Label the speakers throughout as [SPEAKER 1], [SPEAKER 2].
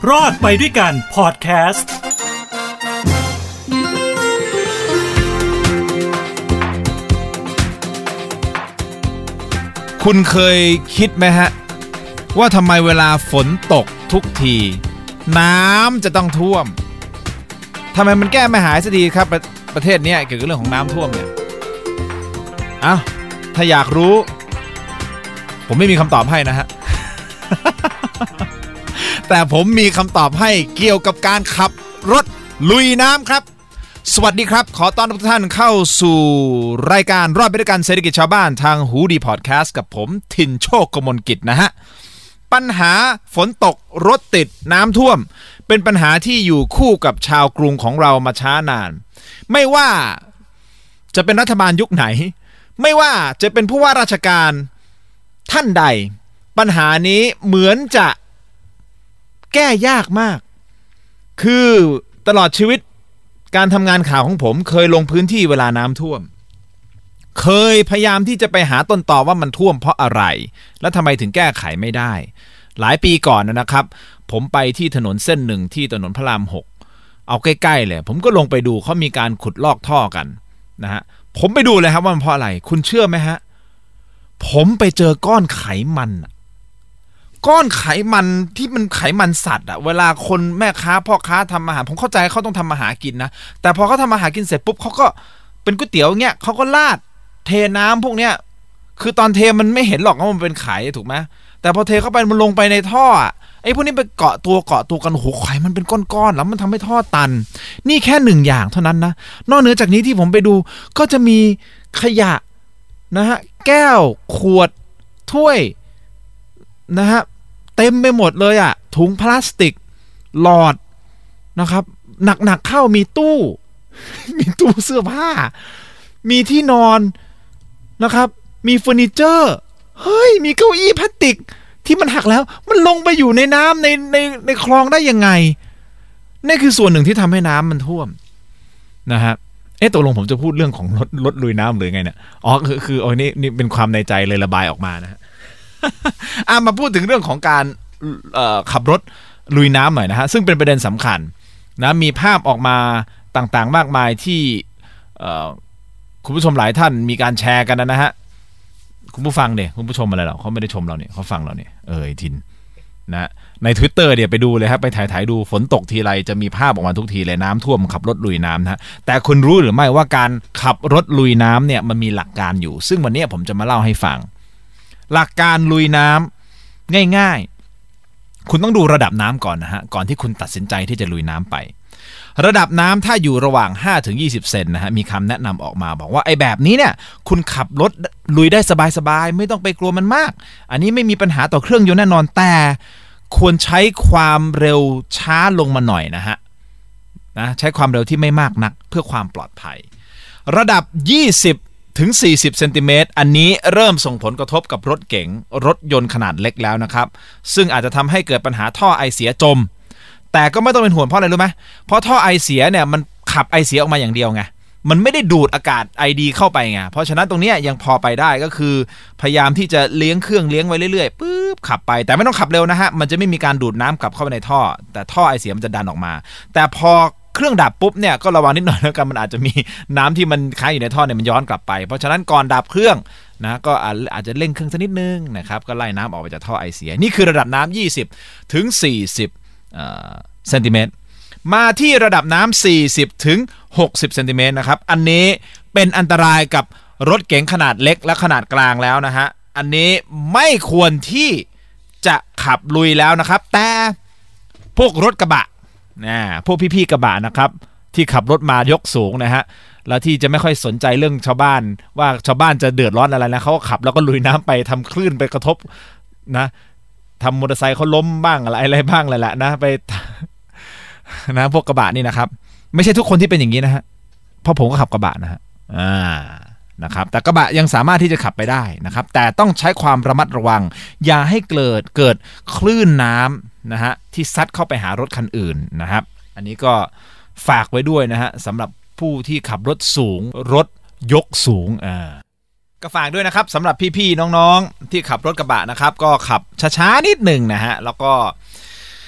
[SPEAKER 1] รอดไปด้วยกันพอดแคสต์
[SPEAKER 2] คุณเคยคิดไหมฮะว่าทำไมเวลาฝนตกทุกทีน้ำจะต้องท่วมทำไมมันแก้ไม่หายสักทีครับประเทศนี้เกี่ยวกับเรื่องของน้ำท่วมเนี่ยถ้าอยากรู้ผมไม่มีคำตอบให้นะฮะ แต่ผมมีคำตอบให้เกี่ยวกับการขับรถลุยน้ำครับสวัสดีครับขอต้อนรับทุกท่านเข้าสู่รายการรอดไปด้วยกันเศรษฐกิจชาวบ้านทางหูดีพอดแคสต์กับผมถิ่นโชคกมลกิจนะฮะปัญหาฝนตกรถติดน้ำท่วมเป็นปัญหาที่อยู่คู่กับชาวกรุงของเรามาช้านานไม่ว่าจะเป็นรัฐบาลยุคไหนไม่ว่าจะเป็นผู้ว่าราชการท่านใดปัญหานี้เหมือนจะแก้ยากมากคือตลอดชีวิตการทำงานข่าวของผมเคยลงพื้นที่เวลาน้ำท่วมเคยพยายามที่จะไปหาต้นตอว่ามันท่วมเพราะอะไรและทำไมถึงแก้ไขไม่ได้หลายปีก่อนนะครับผมไปที่ถนนเส้นหนึ่งที่ถนนพระราม6เอาใกล้ๆเลยผมก็ลงไปดูเขามีการขุดลอกท่อกันนะฮะผมไปดูเลยครับว่ามันเพราะอะไรคุณเชื่อไหมฮะผมไปเจอก้อนไขมันก้อนไขมันที่มันไขมันสัตว์เวลาคนแม่ค้าพ่อค้าทำอาหารผมเข้าใจเขาต้องทำอาหารกินนะแต่พอเขาทำอาหารกินเสร็จปุ๊บเขาก็เป็นก๋วยเตี๋ยวเงี้ยเขาก็ราดเทน้ำพวกเนี้ยคือตอนเทมันไม่เห็นหรอกว่ามันเป็นไข่ถูกไหมแต่พอเทเข้าไปมันลงไปในท่อไอ้พวกนี้ไปเกาะตัวกันโอ้โหไข่มันเป็นก้อนๆแล้วมันทำให้ท่อตันนี่แค่หนึ่งอย่างเท่านั้นนะนอกเหนือจากนี้ที่ผมไปดูก็จะมีขยะนะฮะแก้วขวดถ้วยนะฮะเต็มไปหมดเลยถุงพลาสติกหลอดนะครับหนักๆเข้ามีตู้เสื้อผ้ามีที่นอนนะครับมีเฟอร์นิเจอร์เฮ้ยมีเก้าอี้พลาสติกที่มันหักแล้วมันลงไปอยู่ในน้ำในคลองได้ยังไงนี่คือส่วนหนึ่งที่ทำให้น้ำมันท่วมนะฮะตกลงผมจะพูดเรื่องของรถลุยน้ำหรือไงเนี่ยคือนี่เป็นความในใจเลยระบายออกมานะฮะ มาพูดถึงเรื่องของการขับรถลุยน้ำหน่อยนะฮะซึ่งเป็นประเด็นสำคัญนะมีภาพออกมาต่างๆมากมายที่คุณผู้ชมหลายท่านมีการแชร์กันนะฮะคุณผู้ฟังเนี่ยคุณผู้ชมอะไรเราเขาไม่ได้ชมเราเนี่ยเขาฟังเราเนี่ยทินนะใน Twitter เนี่ยไปดูเลยครับไปถ่ายดูฝนตกทีไรจะมีภาพออกมาทุกทีเลยน้ำท่วมขับรถลุยน้ำนะแต่คุณรู้หรือไม่ว่าการขับรถลุยน้ำเนี่ยมันมีหลักการอยู่ซึ่งวันนี้ผมจะมาเล่าให้ฟังหลักการลุยน้ำง่ายๆคุณต้องดูระดับน้ำก่อนนะฮะก่อนที่คุณตัดสินใจที่จะลุยน้ำไประดับน้ำถ้าอยู่ระหว่าง 5-20 เซนนะฮะมีคำแนะนำออกมาบอกว่าไอ้แบบนี้เนี่ยคุณขับรถลุยได้สบายๆไม่ต้องไปกลัวมันมากอันนี้ไม่มีปัญหาต่อเครื่องยนต์แน่นอนแต่ควรใช้ความเร็วช้าลงมาหน่อยนะฮะใช้ความเร็วที่ไม่มากนักเพื่อความปลอดภัยระดับ20-40 เซนติเมตรอันนี้เริ่มส่งผลกระทบกับรถเก๋งรถยนต์ขนาดเล็กแล้วนะครับซึ่งอาจจะทำให้เกิดปัญหาท่อไอเสียจมแต่ก็ไม่ต้องเป็นห่วงเพราะอะไรรู้ไหมเพราะท่อไอเสียเนี่ยมันขับไอเสียออกมาอย่างเดียวไงมันไม่ได้ดูดอากาศไอดีเข้าไปไงเพราะฉะนั้นตรงนี้ยังพอไปได้ก็คือพยายามที่จะเลี้ยงเครื่องเลี้ยงไว้เรื่อยๆปุ๊บขับไปแต่ไม่ต้องขับเร็วนะฮะมันจะไม่มีการดูดน้ำกลับเข้าไปในท่อแต่ท่อไอเสียมันจะดันออกมาแต่พอเครื่องดับปุ๊บเนี่ยก็ระวังนิดหน่อยแล้วกันมันอาจจะมีน้ำที่มันค้างอยู่ในท่อเนี่ยมันย้อนกลับไปเพราะฉะนั้นก่อนดับเครื่องนะก็อาจจะเร่งเครื่องสักนิดนึงนะครับก็ไล่น้ำออกไปจากท่อไอเสียนี่คือระดับน้ำ20-40เซนติเมตรมาที่ระดับน้ำ40-60 เซนติเมตรนะครับอันนี้เป็นอันตรายกับรถเก๋งขนาดเล็กและขนาดกลางแล้วนะฮะอันนี้ไม่ควรที่จะขับลุยแล้วนะครับแต่พวกรถกระบะพวกพี่ๆกระบะนะครับที่ขับรถมายกสูงนะฮะแล้วที่จะไม่ค่อยสนใจเรื่องชาวบ้านว่าชาวบ้านจะเดือดร้อนอะไรนะเขาก็ขับแล้วก็ลุยน้ำไปทำคลื่นไปกระทบนะทำมอเตอร์ไซค์เขาล้มบ้างอะไรบ้างอะไรแหละนะไปนะพวกกระบะนี่นะครับไม่ใช่ทุกคนที่เป็นอย่างนี้นะฮะเพราะผมก็ขับกระบะนะฮะนะครับแต่กระบะยังสามารถที่จะขับไปได้นะครับแต่ต้องใช้ความระมัดระวังอย่าให้เกิดคลื่นน้ำนะฮะที่ซัดเข้าไปหารถคันอื่นนะครับอันนี้ก็ฝากไว้ด้วยนะฮะสำหรับผู้ที่ขับรถสูงรถยกสูงก็ฝากด้วยนะครับสำหรับพี่ๆน้องๆที่ขับรถกระบะนะครับก็ขับช้าๆนิดหนึ่งนะฮะแล้วก็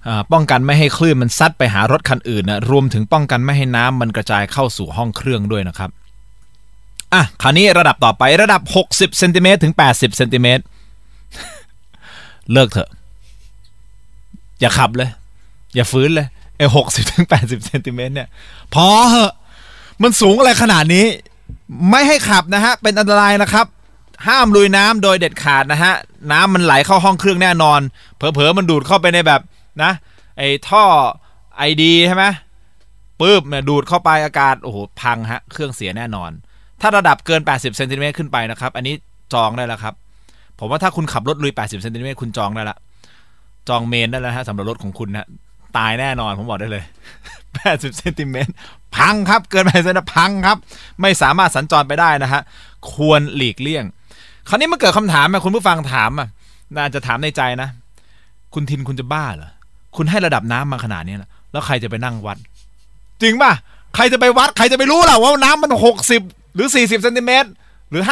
[SPEAKER 2] ป้องกันไม่ให้คลื่นมันซัดไปหารถคันอื่นนะรวมถึงป้องกันไม่ให้น้ำมันกระจายเข้าสู่ห้องเครื่องด้วยนะครับคราวนี้ระดับต่อไประดับ60เซนติเมตรถึง80เซนติเมตรเลิกเถอะอย่าขับเลยอย่าฟื้นเลย60ถึง80เซนติเมตรเนี่ยพอเหอะมันสูงอะไรขนาดนี้ไม่ให้ขับนะฮะเป็นอันตรายนะครับห้ามลุยน้ำโดยเด็ดขาดนะฮะน้ำมันไหลเข้าห้องเครื่องแน่นอนเผลอๆมันดูดเข้าไปในแบบนะไอ้ท่อไอดีใช่ไหมปึ๊บเนี่ยดูดเข้าไปอากาศโอ้โหพังฮะเครื่องเสียแน่นอนถ้าระดับเกิน80เซนติเมตรขึ้นไปนะครับอันนี้จองได้แล้วครับผมว่าถ้าคุณขับรถลุย80เซนติเมตรคุณจองได้ละจองเมนได้แล้วฮะสำหรับรถของคุณนะตายแน่นอนผมบอกได้เลย80เซนติเมตรพังครับเกิน80เซนติเมตรพังครับไม่สามารถสัญจรไปได้นะฮะควรหลีกเลี่ยงคราวนี้มันเกิดคำถามคุณผู้ฟังถามน่าจะถามในใจนะคุณทินคุณจะบ้าเหรอคุณให้ระดับน้ำมาขนาดนี้แล้วใครจะไปนั่งวัดจริงป่ะใครจะไปวัดใครจะไปรู้ล่ะว่าน้ำมัน60หรือ40เซนติเมตรหรือ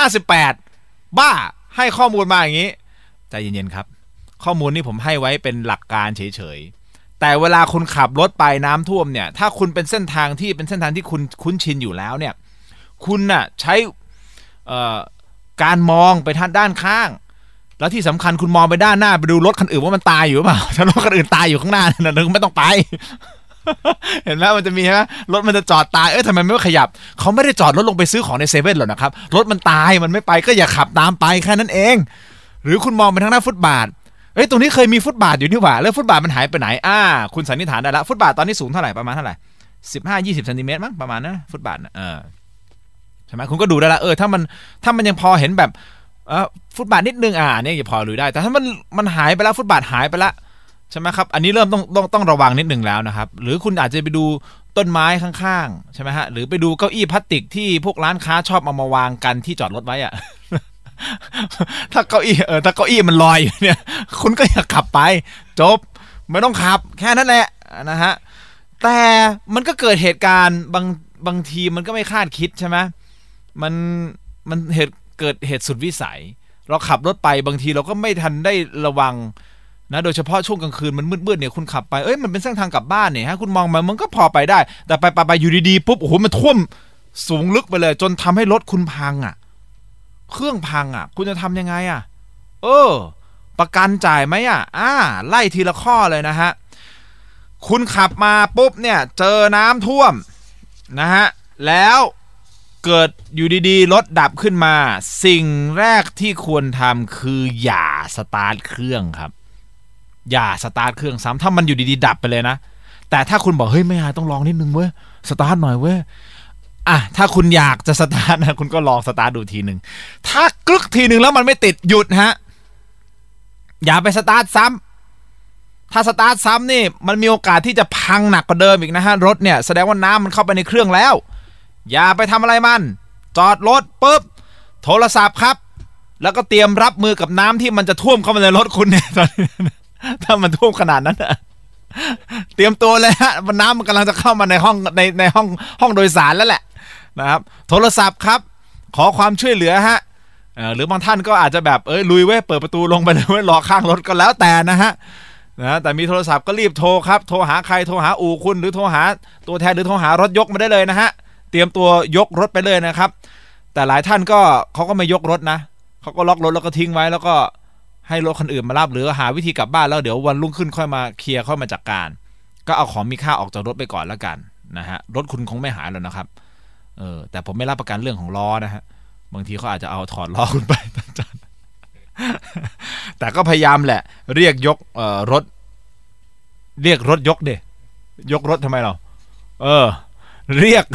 [SPEAKER 2] 58บ้าให้ข้อมูลมาอย่างนี้ใจเย็นๆครับข้อมูลนี้ผมให้ไว้เป็นหลักการเฉยๆแต่เวลาคุณขับรถไปน้ำท่วมเนี่ยถ้าคุณเป็นเส้นทางที่คุณคุ้นชินอยู่แล้วเนี่ยคุณน่ะใช้การมองไปทางด้านข้างแล้วที่สำคัญคุณมองไปด้านหน้าไปดูรถคันอื่นว่ามันตายอยู่หรือเปล่าถ้ารถคันอื่นตายอยู่ข้างหน้านั่นไม่ต้องไป เห็นไหมมันจะมีใช่ไหมรถมันจะจอดตายทำไมไม่ขยับเขาไม่ได้จอดรถลงไปซื้อของในเซเว่นหรอกนะครับรถมันตายมันไม่ไปก็อย่าขับตามไปแค่นั้นเองหรือคุณมองไปทางหน้าฟุตบาทตรงนี้เคยมีฟุตบาทอยู่นี่หว่าแล้วฟุตบาทมันหายไปไหนคุณสันนิษฐานได้ละฟุตบาทตอนนี้สูงเท่าไหร่ประมาณเท่าไหร่15-20 เซนติเมตรมั้งประมาณนะฟุตบาทนะใช่ไหมคุณก็ดูได้ละถ้ามันยังพอเห็นแบบฟุตบาทนิดนึงเนี่ยอย่าพอรู้ได้แต่ถ้ามันหายไปแล้วฟุตบาทหายไปแล้วใช่ไหมครับอันนี้เริ่มต้องระวังนิดนึงแล้วนะครับหรือคุณอาจจะไปดูต้นไม้ข้างๆใช่ไหมฮะหรือไปดูเก้าอี้พลาสติกที่พวกร้านค้าชอบเอามาวางกันที่จอดรถไว้ถ้าเก้าอี้มันลอยอยู่เนี่ยคุณก็อย่าขับไปจบไม่ต้องขับแค่นั้นแหละนะฮะแต่มันก็เกิดเหตุการณ์บางทีมันก็ไม่คาดคิดใช่ไหมมันเกิดเหตุสุดวิสัยเราขับรถไปบางทีเราก็ไม่ทันได้ระวังนะโดยเฉพาะช่วงกลางคืนมันมืดๆเนี่ยคุณขับไปมันเป็นเส้นทางกลับบ้านเนี่ยฮะคุณมองมันก็พอไปได้แต่ไปอยู่ดีๆปุ๊บโอ้โหมันท่วมสูงลึกไปเลยจนทำให้รถคุณพังเครื่องพังคุณจะทำยังไงประกันจ่ายไหมไล่ทีละข้อเลยนะฮะคุณขับมาปุ๊บเนี่ยเจอน้ำท่วมนะฮะแล้วเกิดอยู่ดีๆรถดับขึ้นมาสิ่งแรกที่ควรทำคืออย่าสตาร์ทเครื่องครับอย่าสตาร์ทเครื่องซ้ำถ้ามันอยู่ดีๆดับไปเลยนะแต่ถ้าคุณบอกเฮ้ยไม่ต้องลองนิดนึงเว้ยสตาร์ทหน่อยเว้ยถ้าคุณอยากจะสตาร์ทนะคุณก็ลองสตาร์ทดูทีนึงถ้ากึกทีนึงแล้วมันไม่ติดหยุดฮะอย่าไปสตาร์ทซ้ำถ้าสตาร์ทซ้ำนี่มันมีโอกาสที่จะพังหนักกว่าเดิมอีกนะฮะรถเนี่ยแสดงว่าน้ำมันเข้าไปในเครื่องแล้วอย่าไปทำอะไรมันจอดรถปุ๊บโทรศัพท์ครับแล้วก็เตรียมรับมือกับน้ำที่มันจะท่วมเข้ามาในรถคุณเนี่ยถ้ามันท่วมขนาดนั้นเตรียมตัวเลยฮะน้ำมันกำลังจะเข้ามาในห้องโดยสารแล้วแหละนะครับโทรศัพท์ครับขอความช่วยเหลือฮะหรือบางท่านก็อาจจะแบบลุยเว้ยเปิดประตูลงไปเลยเว้ยรอข้างรถก็แล้วแต่นะฮะแต่มีโทรศัพท์ก็รีบโทรครับโทรหาใครโทรหาอู่คุณหรือโทรหาตัวแทนหรือโทรหารถยกมาได้เลยนะฮะเตรียมตัวยกรถไปเลยนะครับแต่หลายท่านก็เขาก็ไม่ยกรถนะเขาก็ล็อกรถแล้วก็ทิ้งไว้แล้วก็ให้รถคนอื่นมารับหรือหาวิธีกลับบ้านแล้วเดี๋ยววันรุ่งขึ้นค่อยมาเคลียร์ค่อยมาจัดการก็เอาของมีค่าออกจากรถไปก่อนแล้วกันนะฮะรถคุณคงไม่หายแล้วนะครับแต่ผมไม่รับประกันเรื่องของล้อนะฮะบางทีเขาอาจจะเอาถอดล้อคุณไปแต่ก็พยายามแหละเรียกยกรถเรียกรถยกดิยกรถทำไมเราเรียก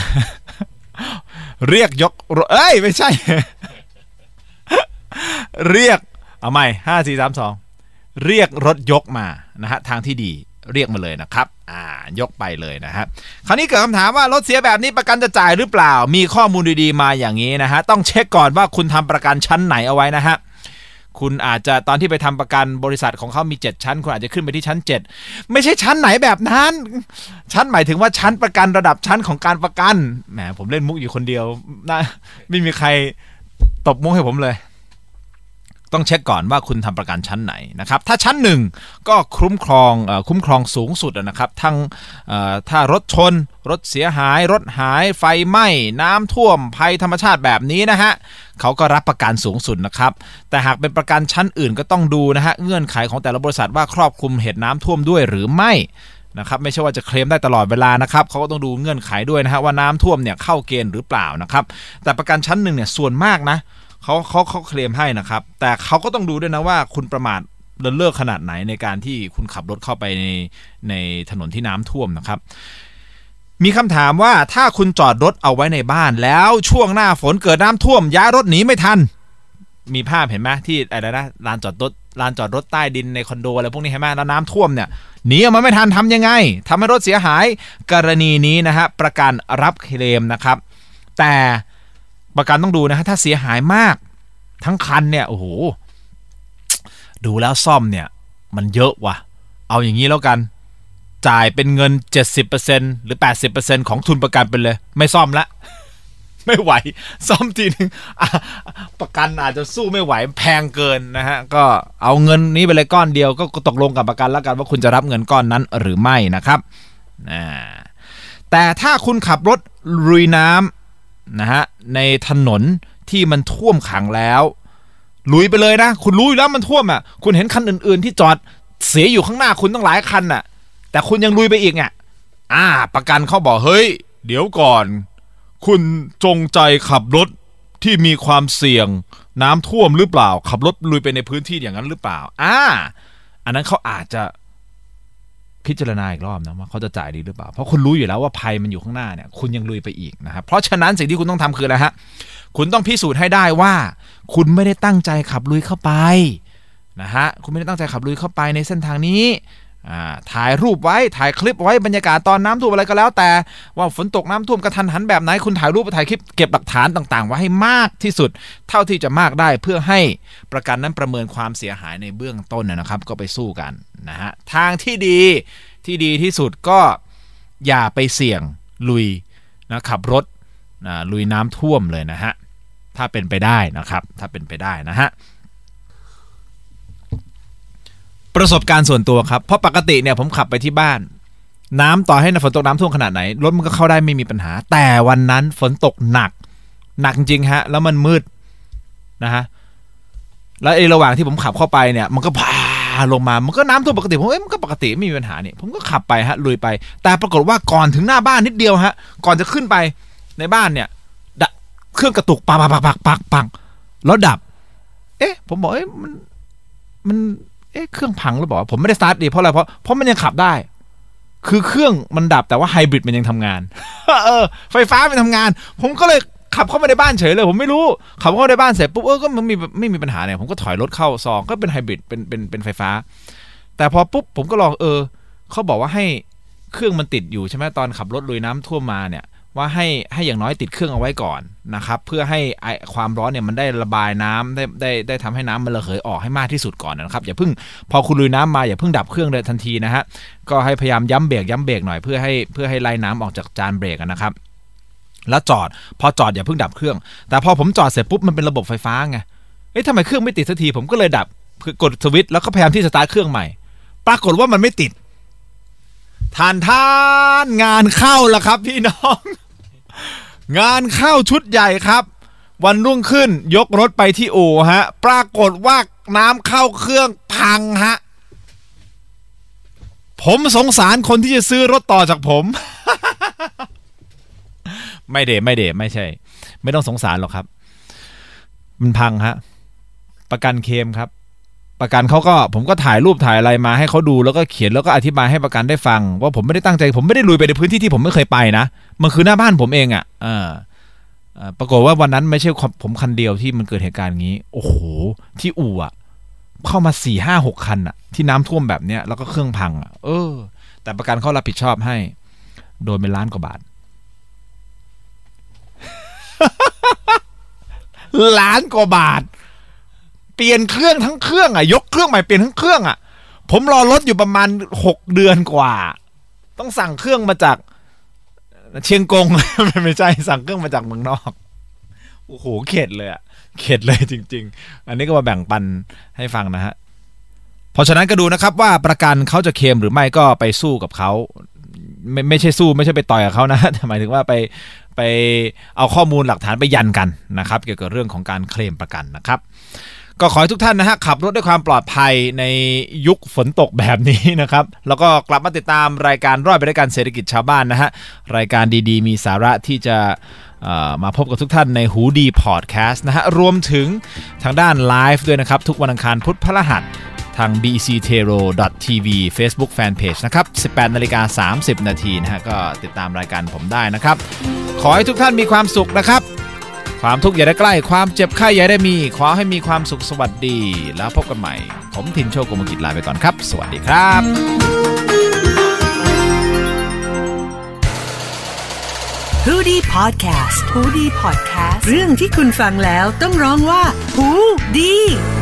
[SPEAKER 2] ยกไม่ใช่เรียกเอาใหม่5 4 3 2เรียกรถยกมานะฮะทางที่ดีเรียกมาเลยนะครับยกไปเลยนะฮะคราวนี้เกิดคำถามว่ารถเสียแบบนี้ประกันจะจ่ายหรือเปล่ามีข้อมูลดีๆมาอย่างนี้นะฮะต้องเช็คก่อนว่าคุณทำประกันชั้นไหนเอาไว้นะฮะคุณอาจจะตอนที่ไปทำประกันบริษัทของเขามี7ชั้นคุณอาจจะขึ้นไปที่ชั้น7ไม่ใช่ชั้นไหนแบบนั้นชั้นหมายถึงว่าชั้นประกันระดับชั้นของการประกันแหมผมเล่นมุกอยู่คนเดียวนะไม่มีใครตบมุกให้ผมเลยต้องเช็คก่อนว่าคุณทำประกันชั้นไหนนะครับถ้าชั้น1ก็คุ้มครองสูงสุดนะครับทั้งถ้ารถชนรถเสียหายรถหายไฟไหม้น้ำท่วมภัยธรรมชาติแบบนี้นะฮะเขาก็รับประกันสูงสุดนะครับแต่หากเป็นประกันชั้นอื่นก็ต้องดูนะฮะเงื่อนไขของแต่ละบริษัทว่าครอบคลุมเหตุน้ำท่วมด้วยหรือไม่นะครับไม่ใช่ว่าจะเคลมได้ตลอดเวลานะครับเขาก็ต้องดูเงื่อนไขด้วยนะฮะว่าน้ำท่วมเนี่ยเข้าเกณฑ์หรือเปล่านะครับแต่ประกันชั้น1เนี่ยส่วนมากนะเขาเคลมให้นะครับแต่เขาก็ต้องดูด้วยนะว่าคุณประมาทเลินเล่อขนาดไหนในการที่คุณขับรถเข้าไปในถนนที่น้ำท่วมนะครับมีคำถามว่าถ้าคุณจอดรถเอาไว้ในบ้านแล้วช่วงหน้าฝนเกิดน้ำท่วมย้ายรถหนีไม่ทันมีภาพเห็นไหมที่อะไรนะลานจอดรถใต้ดินในคอนโดอะไรพวกนี้เห็นไหมแล้วน้ำท่วมเนี่ยหนีออกมาไม่ทันทำยังไงทำให้รถเสียหายกรณีนี้นะฮะประกันรับเคลมนะครับแต่ประกันต้องดูนะฮะถ้าเสียหายมากทั้งคันเนี่ยโอ้โหดูแล้วซ่อมเนี่ยมันเยอะว่ะเอาอย่างนี้แล้วกันจ่ายเป็นเงิน 70% หรือ 80% ของทุนประกันไปเลยไม่ซ่อมละไม่ไหวซ่อมทีนึงประกันอาจจะสู้ไม่ไหวแพงเกินนะฮะก็เอาเงินนี้ไปเลยก้อนเดียวก็ตกลงกับประกันแล้วกันว่าคุณจะรับเงินก้อนนั้นหรือไม่นะครับแต่ถ้าคุณขับรถลุยน้ำนะฮะในถนนที่มันท่วมขังแล้วลุยไปเลยนะคุณรู้อยู่แล้วมันท่วมอ่ะคุณเห็นคันอื่นๆที่จอดเสียอยู่ข้างหน้าคุณตั้งหลายคันน่ะแต่คุณยังลุยไปอีกเนี่ยประกันเขาบอกเฮ้ยเดี๋ยวก่อนคุณจงใจขับรถที่มีความเสี่ยงน้ำท่วมหรือเปล่าขับรถลุยไปในพื้นที่อย่างนั้นหรือเปล่าอันนั้นเขาอาจจะพิจารณาอีกรอบนะว่าเขาจะจ่ายดีหรือเปล่าเพราะคุณรู้อยู่แล้วว่าภัยมันอยู่ข้างหน้าเนี่ยคุณยังลุยไปอีกนะครับเพราะฉะนั้นสิ่งที่คุณต้องทำคืออะไรฮะคุณต้องพิสูจน์ให้ได้ว่าคุณไม่ได้ตั้งใจขับลุยเข้าไปนะฮะคุณไม่ได้ตั้งใจขับลุยเข้าไปในเส้นทางนี้ถ่ายรูปไว้ถ่ายคลิปไว้บรรยากาศตอนน้ำท่วมอะไรก็แล้วแต่ว่าฝนตกน้ำท่วมกระทันหันแบบไหนคุณถ่ายรูปถ่ายคลิปเก็บหลักฐานต่างๆไว้ให้มากที่สุดเท่าที่จะมากได้เพื่อให้ประกันนั้นประเมินความเสียหายในเบื้องต้นนะครับก็ไปสู้กันนะฮะทางที่ดีที่สุดก็อย่าไปเสี่ยงลุยนะขับรถลุยน้ำท่วมเลยนะฮะถ้าเป็นไปได้นะครับถ้าเป็นไปได้นะฮะประสบการณ์ส่วนตัวครับเพราะปกติเนี่ยผมขับไปที่บ้านน้ำต่อให้ฝนตกน้ำท่วมขนาดไหนรถมันก็เข้าได้ไม่มีปัญหาแต่วันนั้นฝนตกหนักจริงฮะแล้วมันมืดนะฮะแล้วระหว่างที่ผมขับเข้าไปเนี่ยมันก็พาลงมามันก็น้ำท่วมปกติผมมันก็ปกติไม่มีปัญหาเนี่ยผมก็ขับไปฮะลุยไปแต่ปรากฏว่าก่อนถึงหน้าบ้านนิดเดียวฮะก่อนจะขึ้นไปในบ้านเนี่ยเครื่องกระตุกปังแล้วดับผมบอกมันเครื่องพังหรือเปล่าผมไม่ได้สตาร์ทดีเพราะอะไรเพราะมันยังขับได้คือเครื่องมันดับแต่ว่าไฮบริดมันยังทำงานไฟฟ้ามันทำงานผมก็เลยขับเข้ามาในบ้านเฉยเลยผมไม่รู้ขับเข้าในบ้านเสร็จปุ๊บก็มันไม่มีปัญหาเนี่ยผมก็ถอยรถเข้าซองก็เป็นไฮบริดเป็นไฟฟ้าแต่พอปุ๊บผมก็ลองเขาบอกว่าให้เครื่องมันติดอยู่ใช่ไหมตอนขับรถลุยน้ำท่วมมาเนี่ยว่าให้อย่างน้อยติดเครื่องเอาไว้ก่อนนะครับเพื่อให้ความร้อนเนี่ยมันได้ระบายน้ำได้ทำให้น้ำมันระเหยออกให้มากที่สุดก่อนนะครับอย่าเพิ่งพอคุณลุยน้ำมาอย่าเพิ่งดับเครื่องเลยทันทีนะฮะก็ให้พยายามย้ำเบรกหน่อยเพื่อให้ไล่น้ำออกจากจานเบรกนะครับแล้วพอจอดอย่าเพิ่งดับเครื่องแต่พอผมจอดเสร็จปุ๊บมันเป็นระบบไฟฟ้าไงทำไมเครื่องไม่ติดสักทีผมก็เลยดับกดสวิตช์แล้วก็พยายามที่สตาร์ทเครื่องใหม่ปรากฏว่ามันไม่ติดท่านงานเข้าแล้วครับพี่น้องงานเข้าชุดใหญ่ครับวันรุ่งขึ้นยกรถไปที่อู่ฮะปรากฏว่าน้ำเข้าเครื่องพังฮะผมสงสารคนที่จะซื้อรถต่อจากผม ไม่ใช่ไม่ต้องสงสารหรอกครับมันพังฮะประกันเคลมครับประกันเขาก็ผมก็ถ่ายรูปถ่ายอะไรมาให้เขาดูแล้วก็เขียนแล้วก็อธิบายให้ประกันได้ฟังว่าผมไม่ได้ตั้งใจผมไม่ได้ลุยไปในพื้นที่ที่ผมไม่เคยไปนะมันคือหน้าบ้านผมเองปรากฏว่าวันนั้นไม่ใช่ผมคันเดียวที่มันเกิดเหตุการณ์อย่างนี้โอ้โหที่อู่เข้ามา 4-5-6 คันที่น้ำท่วมแบบเนี้ยแล้วก็เครื่องพังแต่ประกันเขารับผิดชอบให้โดนเป็นล้านกว่าบาท ล้านกว่าบาทเปลี่ยนเครื่องทั้งเครื่องยกเครื่องใหม่เปลี่ยนทั้งเครื่องผมรอรถอยู่ประมาณ6 เดือนกว่าต้องสั่งเครื่องมาจากเชียงกง ไม่ใช่สั่งเครื่องมาจากเมืองนอกโอ้โหเข็ดเลยเข็ดเลยจริงๆอันนี้ก็มาแบ่งปันให้ฟังนะฮะเพราะฉะนั้นก็ดูนะครับว่าประกันเขาจะเคลมหรือไม่ก็ไปสู้กับเขาไม่ใช่สู้ไม่ใช่ไปต่อยกับเขานะแต่หมายถึงว่าไปเอาข้อมูลหลักฐานไปยันกันนะครับเกี่ยวกับเรื่องของการเคลมประกันนะครับก็ขอให้ทุกท่านนะฮะขับรถด้วยความปลอดภัยในยุคฝนตกแบบนี้นะครับแล้วก็กลับมาติดตามรายการรอดไปด้วยกันเศรษฐกิจชาวบ้านนะฮะรายการดีๆมีสาระที่จะมาพบกับทุกท่านในหูดีพอดแคสต์นะฮะรวมถึงทางด้านไลฟ์ด้วยนะครับทุกวันอังคารพุธพฤหัสทาง bctero.tv Facebook Fanpage นะครับ 18:30 น.นะฮะก็ติดตามรายการผมได้นะครับขอให้ทุกท่านมีความสุขนะครับความทุกข์อย่าได้ใกล้ความเจ็บไข้อย่าได้มีขอให้มีความสุขสวัสดีแล้วพบกันใหม่ผมทินโชค กมลกิจลาไปก่อนครับสวัสดีครับ
[SPEAKER 3] ฮูดี้พอดแคสต์ฮูดี้พอดแคสต์เรื่องที่คุณฟังแล้วต้องร้องว่าฮูดี